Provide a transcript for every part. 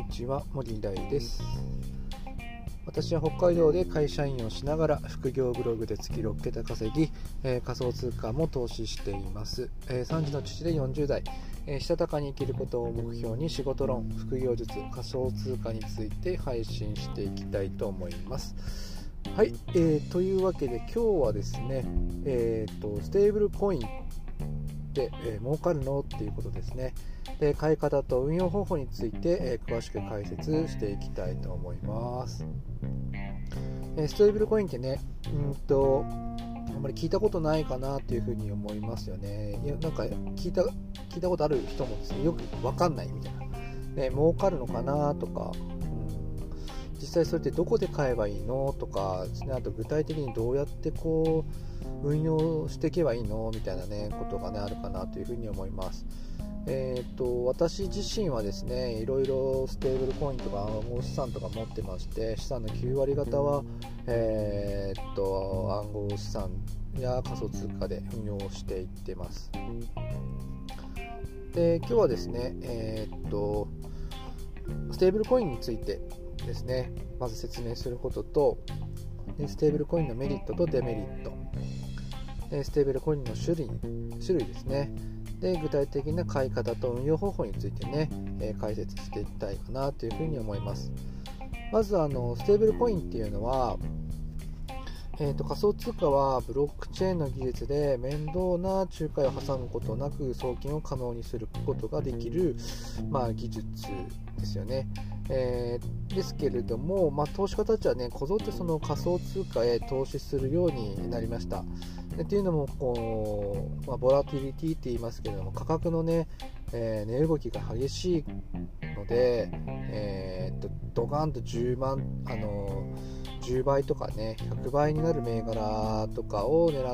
ちは、森大です。私は北海道で会社員をしながら副業ブログで月6桁稼ぎ、仮想通貨も投資しています。3児の父で40代、したたかに生きることを目標に仕事論、副業術、仮想通貨について配信していきたいと思います。はい、というわけで今日はですね、ステーブルコインで、儲かるのっていうことですね。で、買い方と運用方法について、詳しく解説していきたいと思います。ステーブルコインってね、あんまり聞いたことないかなというふうに思いますよね。いや、なんか聞いたことある人もですね、よく分かんないみたいな。ね、儲かるのかなとか、実際それってどこで買えばいいのとかですね、あと具体的にどうやってこう運用していけばいいのみたいなね、ことがね、あるかなというふうに思います。私自身はですね、いろいろステーブルコインとか暗号資産とか持ってまして、資産の9割方は、暗号資産や仮想通貨で運用していってます。で、今日はですね、ステーブルコインについてですね、まず説明することと、ステーブルコインのメリットとデメリット、ステーブルコインの種類ですね。で、具体的な買い方と運用方法についてね、解説していきたいかなというふうに思います。まずステーブルコインっていうのは、仮想通貨はブロックチェーンの技術で面倒な仲介を挟むことなく送金を可能にすることができる、技術ですよね。ですけれども、投資家たちはね、こぞってその仮想通貨へ投資するようになりました。っていうのもボラティリティって言いますけれども、価格のね、値動きが激しいので、ドカンと10倍とかね、100倍になる銘柄とかを狙って、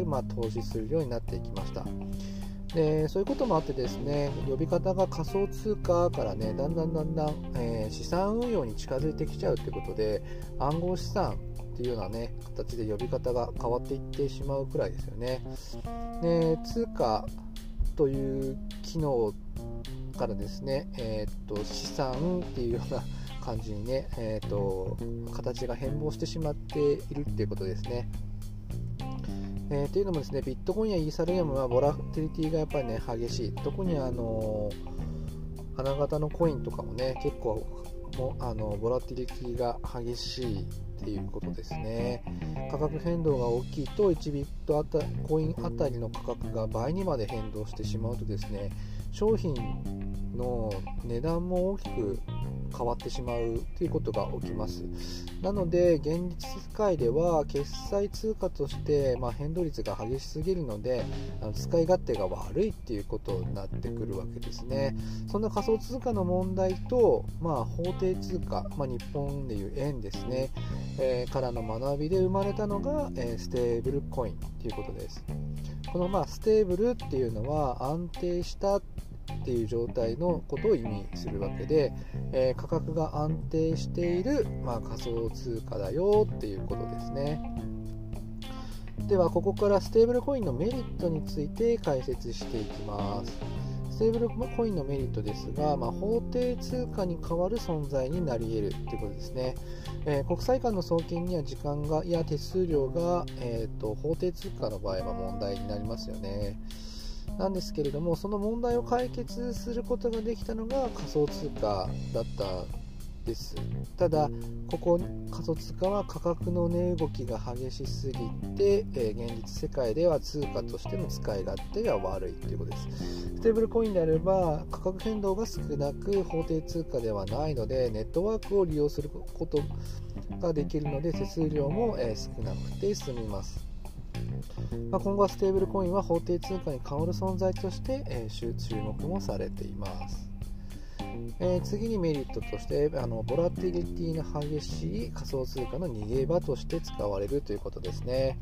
投資するようになっていきました。で、そういうこともあってですね、呼び方が仮想通貨からね、だんだん、資産運用に近づいてきちゃうということで、暗号資産っていうようなね、形で呼び方が変わっていってしまうくらいですよね。で、通貨という機能からですね、資産っていうような感じにね、形が変貌してしまっているっていうことですね。というのもですね、ビットコインやイーサリアムはボラティリティがやっぱりね、激しい。特に花形のコインとかもね、結構ボラティリティが激しいっていうことですね。価格変動が大きいと1ビットコインあたりの価格が倍にまで変動してしまうとですね、商品の値段も大きく変わってしまうということが起きます。なので現実世界では決済通貨として、変動率が激しすぎるので使い勝手が悪いっていうことになってくるわけですね。そんな仮想通貨の問題と、法定通貨、日本でいう円ですね、からの学びで生まれたのが、ステーブルコインということです。このステーブルっていうのは安定したっていう状態のことを意味するわけで、価格が安定している、仮想通貨だよっていうことですね。ではここからステーブルコインのメリットについて解説していきます。ステーブルコインのメリットですが、法定通貨に代わる存在になり得るということですね。国際間の送金には時間がや手数料が、法定通貨の場合は問題になりますよね。なんですけれども、その問題を解決することができたのが仮想通貨だったです。ただ仮想通貨は価格の値動きが激しすぎて、現実世界では通貨としての使い勝手が悪いということです。ステーブルコインであれば価格変動が少なく法定通貨ではないので、ネットワークを利用することができるので手数料も、少なくて済みます。今後はステーブルコインは法定通貨に代わる存在として、注目もされています。次にメリットとしてボラティリティの激しい仮想通貨の逃げ場として使われるということですね。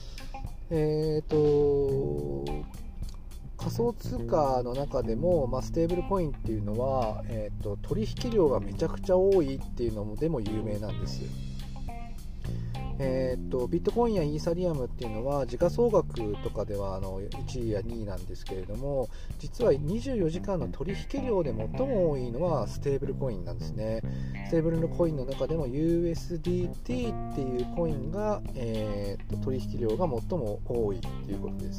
仮想通貨の中でも、ステーブルコインっていうのは、取引量がめちゃくちゃ多いっていうのでも有名なんです。 ビットコインやイーサリアムっていうのは時価総額とかでは1位や2位なんですけれども、実は24時間の取引量で最も多いのはステーブルコインなんですね。ステーブルのコインの中でも USDT っていうコインが、取引量が最も多いということです。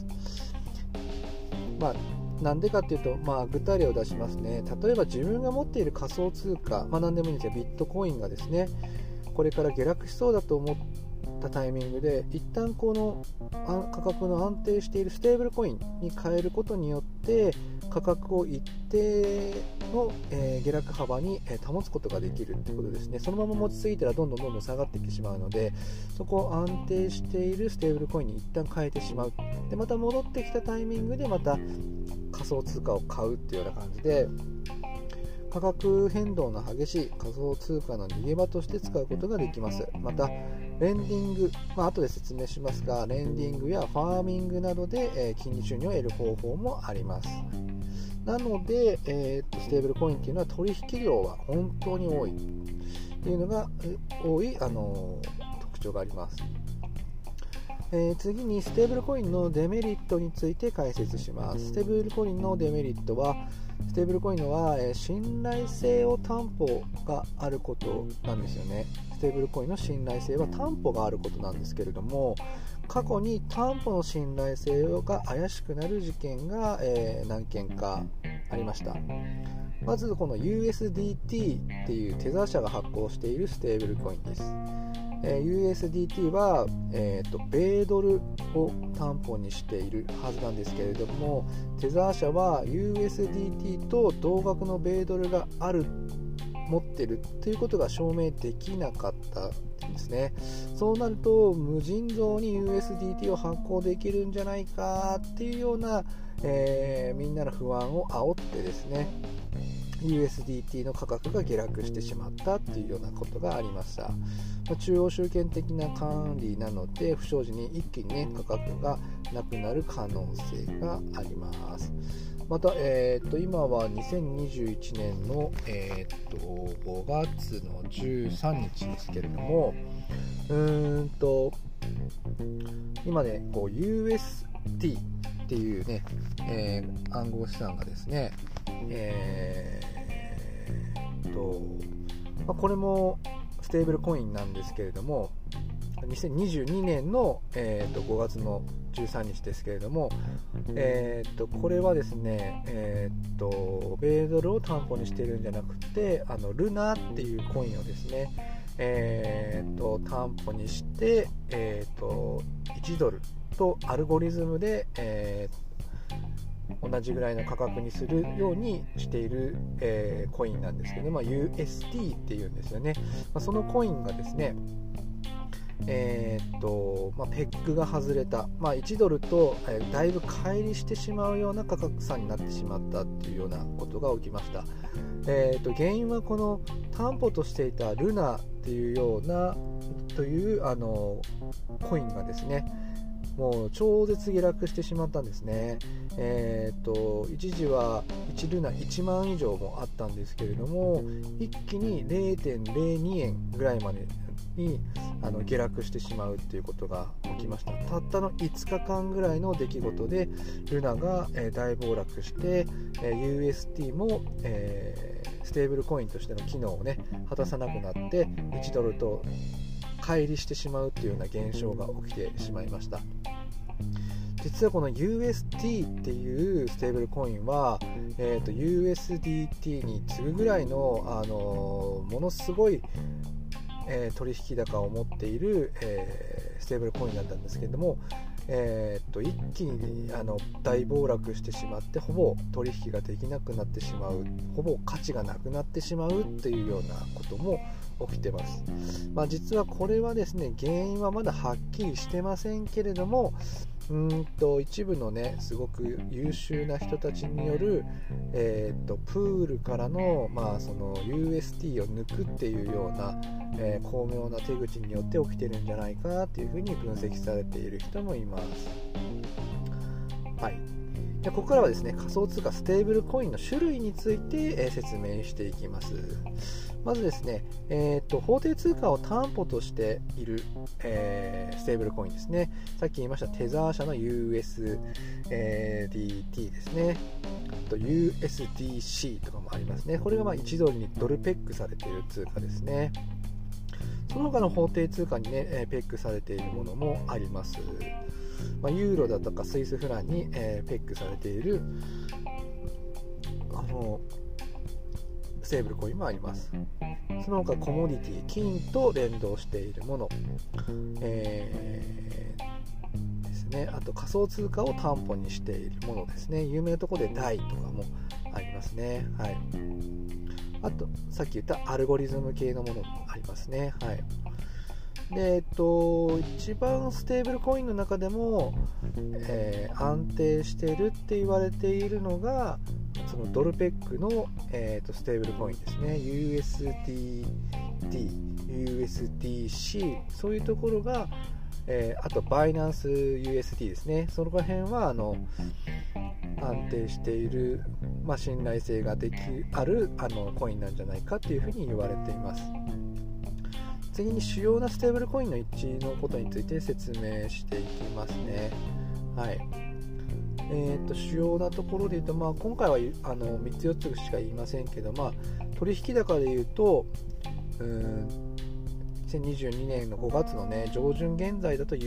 なんでかっていうと、具体例を出しますね。例えば自分が持っている仮想通貨、何でもいいんですよ、ビットコインがですね、これから下落しそうだと思ったタイミングで一旦この価格の安定しているステーブルコインに変えることによって価格を一定の、下落幅に保つことができるということですね。そのまま持ちすぎたらどんどん下がっていってしまうので、そこを安定しているステーブルコインに一旦変えてしまう。でまた戻ってきたタイミングでまた仮想通貨を買うっていうような感じで、価格変動の激しい仮想通貨の逃げ場として使うことができます。またレンディング、後で説明しますが、レンディングやファーミングなどで、金利収入を得る方法もあります。なので、ステーブルコインっていうのは取引量は本当に多いっていうのが特徴があります。次にステーブルコインのデメリットについて解説します。ステーブルコインのデメリットは、ステーブルコインは信頼性を担保があることなんですよね。ステーブルコインの信頼性は担保があることなんですけれども、過去に担保の信頼性が怪しくなる事件が、何件かありました。まずこの USDT っていうテザー社が発行しているステーブルコインです。USDT は、米ドルを担保にしているはずなんですけれども、テザー社は USDT と同額の米ドルが持ってるということが証明できなかったんですね。そうなると無尽蔵に USDT を発行できるんじゃないかっていうような、みんなの不安を煽ってですね、USDT の価格が下落してしまったというようなことがありました。中央集権的な管理なので、不祥事に一気に、価格がなくなる可能性があります。また、今は2021年の、5月の13日ですけれども、今ね、UST っていうね、暗号資産がですね、これもステーブルコインなんですけれども、2022年の、5月の13日ですけれども、これはですね、米ドルを担保にしているんじゃなくて、ルナっていうコインをですね、担保にして、1ドルとアルゴリズムで、同じぐらいの価格にするようにしている、コインなんですけど、UST っていうんですよね。そのコインがですね、ペッグが外れた、1ドルと、だいぶ乖離してしまうような価格差になってしまったっていうようなことが起きました。原因はこの担保としていたルナっていうようなコインがですね、もう超絶下落してしまったんですね。一時は1ルナ1万以上もあったんですけれども、一気に 0.02 円ぐらいまでに下落してしまうということが起きました。たったの5日間ぐらいの出来事でルナが大暴落して、UST もステーブルコインとしての機能をね果たさなくなって1ドルと乖離してしまうというような現象が起きてしまいました。実はこの UST っていうステーブルコインは、USDT に次ぐぐらいの、ものすごい、取引高を持っている、ステーブルコインだったんですけれども、一気に大暴落してしまって、ほぼ取引ができなくなってしまう、ほぼ価値がなくなってしまうっていうようなことも起きてます。実はこれはですね、原因はまだはっきりしてませんけれども、一部のねすごく優秀な人たちによる、プールからの、その UST を抜くっていうような、巧妙な手口によって起きてるんじゃないかっていうふうに分析されている人もいます。はい。でここからはですね、仮想通貨ステーブルコインの種類について、説明していきます。 まずですね、法定通貨を担保としている、ステーブルコインですね。さっき言いましたテザー社の USDT ですね。あと USDC とかもありますね。これが1ドルにドルペックされている通貨ですね。その他の法定通貨にね、ペックされているものもあります。ユーロだとかスイスフランに、ペックされているステーブルコインもあります。その他コモディティ、金と連動しているもの、ですね。あと仮想通貨を担保にしているものですね。有名なところでDAIとかもありますね。はい。あとさっき言ったアルゴリズム系のものもありますね。はい。で一番ステーブルコインの中でも、安定しているって言われているのがそのドルペックの、ステーブルコインですね。 USDT、USDC そういうところが、あとバイナンス USD ですね。その辺は安定している、信頼性があるコインなんじゃないかというふうに言われています。次に主要なステーブルコインの一致のことについて説明していきますね。はい。主要なところで言うと、今回は3つ4つしか言いませんけど、取引高で言うと2022年の5月のね上旬現在だと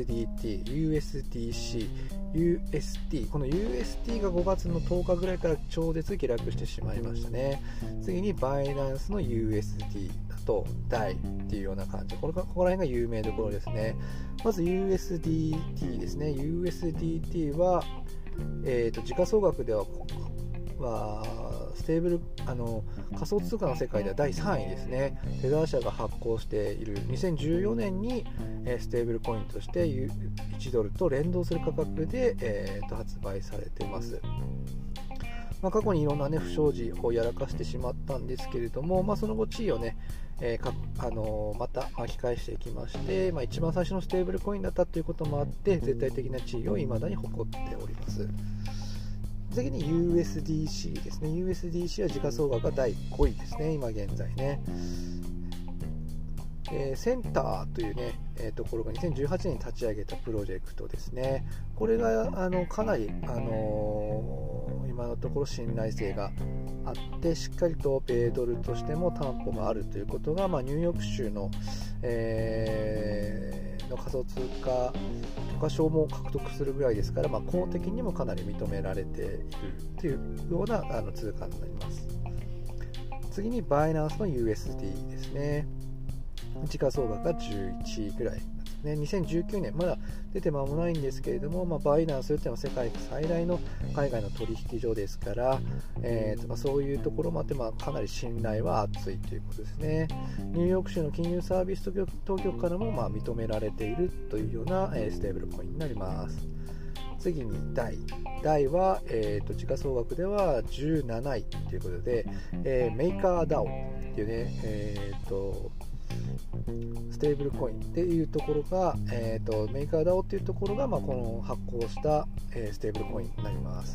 USDT、USDC、UST この UST が5月の10日ぐらいから超絶下落してしまいましたね。次にバイナンスの USDだとDAIっていうような感じ、ここら辺が有名どころですね。まず USDT ですね。 USDT は、時価総額ではステーブル仮想通貨の世界では第3位ですね。テザー社が発行している2014年に、ステーブルコインとして1ドルと連動する価格で、発売されています。過去にいろんな、不祥事をやらかしてしまったんですけれども、その後地位をね、また巻き返していきまして、一番最初のステーブルコインだったということもあって絶対的な地位を未だに誇っております。次に USDC ですね。 USDC は時価総額が第5位ですね、今現在ね。センターというね、ところが2018年に立ち上げたプロジェクトですね。これがかなり、今のところ信頼性があってしっかりと米ドルとしても担保があるということが、ニューヨーク州の、仮想通貨許可証も獲得するぐらいですから、公的にもかなり認められているというような通貨になります。次にバイナンスの USD ですね。時価総額が11位ぐらいですね。2019年まだ出て間もないんですけれども、バイナンスというのは世界最大の海外の取引所ですから、そういうところもあって、かなり信頼は厚いということですね。ニューヨーク州の金融サービス当局からも認められているというような、ステーブルコインになります。次にDAIは、時価総額では17位ということで、メーカー DAO っていうね、ステーブルコインっていうところが、メーカー DAO っていうところが、この発行した、ステーブルコインになります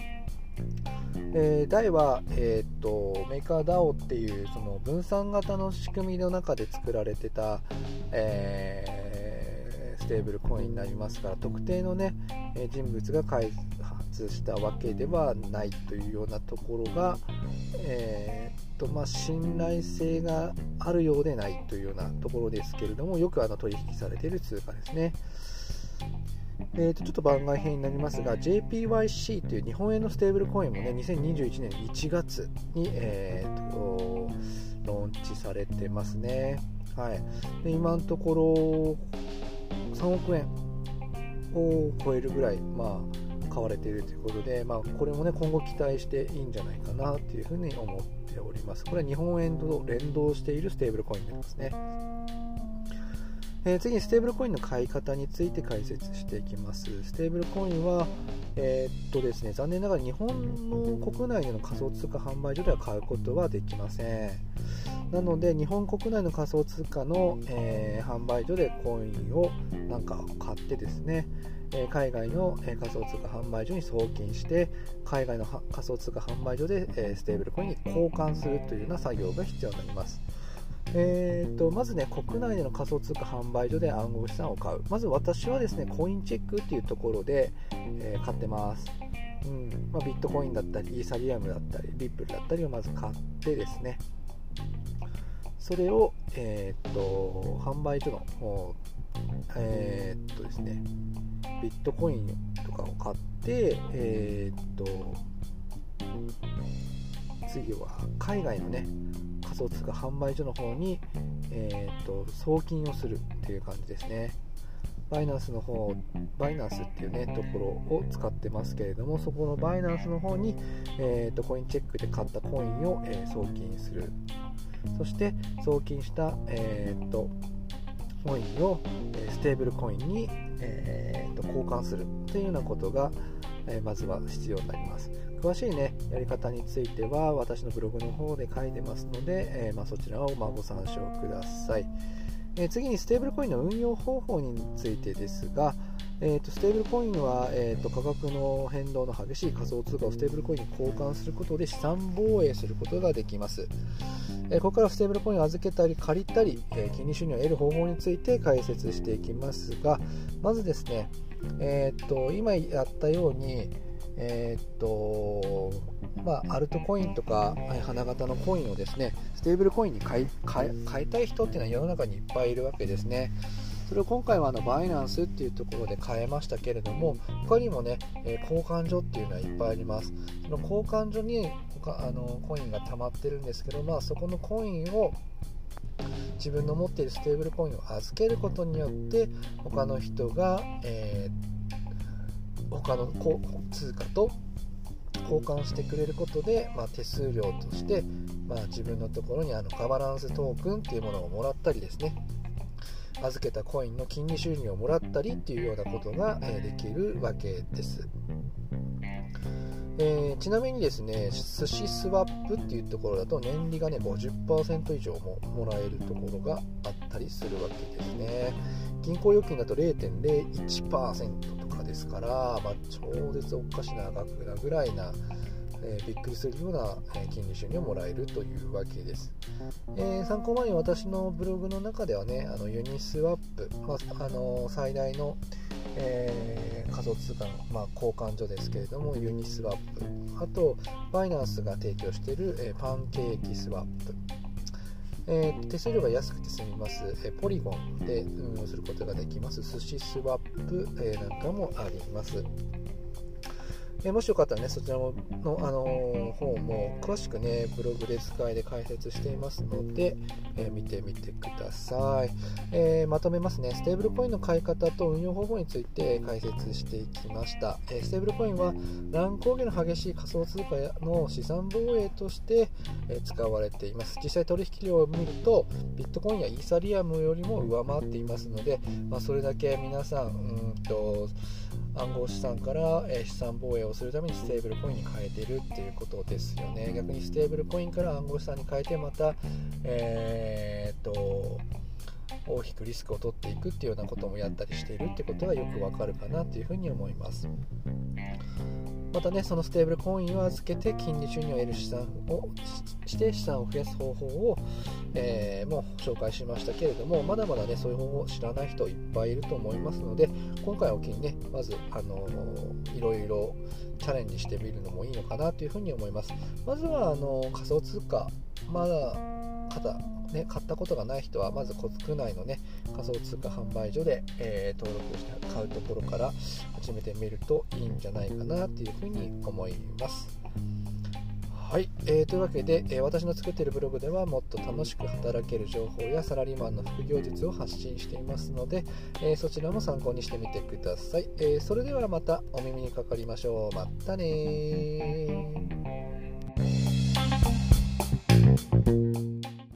。DAI は、メーカー DAO っていうその分散型の仕組みの中で作られてた、ステーブルコインになりますから、特定のね人物が開発したわけではないというようなところが、信頼性があるようでないというようなところですけれども、よく取引されている通貨ですね。ちょっと番外編になりますが JPYC という日本円のステーブルコインもね2021年1月に、ローンチされてますね。はい、で今のところ3億円を超えるぐらい、買われているということで、これもね今後期待していいんじゃないかなというふうに思っております。これは日本円と連動しているステーブルコインになりますね。次にステーブルコインの買い方について解説していきます。ステーブルコインは、ですね、残念ながら日本の国内での仮想通貨販売所では買うことはできません。なので日本国内の仮想通貨の、販売所でコインを買ってですね、 海外の仮想通貨販売所に送金して、海外の仮想通貨販売所でステーブルコインに交換するというような作業が必要になります。まずね、国内での仮想通貨販売所で暗号資産を買う。まず私はですね、コインチェックっていうところで、買ってます。ビットコインだったりイーサリアムだったりリップルだったりをまず買ってですね、それを、販売所のですね、ビットコインとかを買って、次は海外のね仮想通貨販売所の方に、送金をするっていう感じですね。バイナンスっていうねところを使ってますけれども、そこのバイナンスの方に、コインチェックで買ったコインを、送金する。そして送金した、コインをステーブルコインに、交換するというようなことが、まずは必要になります。詳しいねやり方については私のブログの方で書いてますので、そちらをご参照ください。次にステーブルコインの運用方法についてですが、ステーブルコインは、価格の変動の激しい仮想通貨をステーブルコインに交換することで資産防衛することができます。ここからステーブルコインを預けたり借りたり、金利収入を得る方法について解説していきますが、まずですね、今やったようにアルトコインとか花形のコインをですねステーブルコインに変えたい人っていうのは世の中にいっぱいいるわけですね。それを今回はバイナンスっていうところで変えましたけれども、他にもね、交換所っていうのはいっぱいあります。その交換所にコインが溜まってるんですけど、そこのコインを自分の持っているステーブルコインを預けることによって他の人が、他の通貨と交換してくれることで、手数料として、自分のところにガバナンストークンっていうものをもらったりですね、預けたコインの金利収入をもらったりっていうようなことができるわけです。ちなみにですね、寿司スワップっていうところだと年利がね 50% 以上ももらえるところがあったりするわけですね。銀行預金だと 0.01% とかですから、超絶おかしな額なぐらいな、びっくりするような金利収入をもらえるというわけです。参考までに私のブログの中ではね、ユニスワップ、最大の仮想通貨の、交換所ですけれどもユニスワップ、あとバイナンスが提供している、パンケーキスワップ、手数料が安くて済みます、ポリゴンで運用することができます寿司スワップ、なんかもあります。もしよかったらねそちらの、方も詳しくねブログで使いで解説していますので、見てみてください。まとめますね。ステーブルコインの買い方と運用方法について解説していきました。ステーブルコインは乱高下の激しい仮想通貨の資産防衛として、使われています。実際取引量を見るとビットコインやイーサリアムよりも上回っていますので、それだけ皆さん暗号資産から資産防衛をするためにステーブルコインに変えているっていうことですよね。逆にステーブルコインから暗号資産に変えてまた、大きくリスクを取っていくっていうようなこともやったりしているってことがよくわかるかなというふうに思います。またねそのステーブルコインを預けて金利収入を得る資産をして資産を増やす方法を、もう紹介しましたけれども、まだまだねそういう方法を知らない人いっぱいいると思いますので、今回を機にねまずいろいろチャレンジしてみるのもいいのかなというふうに思います。まずは仮想通貨まだ買ったことがない人はまず国内のね仮想通貨販売所で、登録して買うところから始めてみるといいんじゃないかなというふうに思います。はい、というわけで、私の作っているブログではもっと楽しく働ける情報やサラリーマンの副業術を発信していますので、そちらも参考にしてみてください。それではまたお耳にかかりましょう。またね。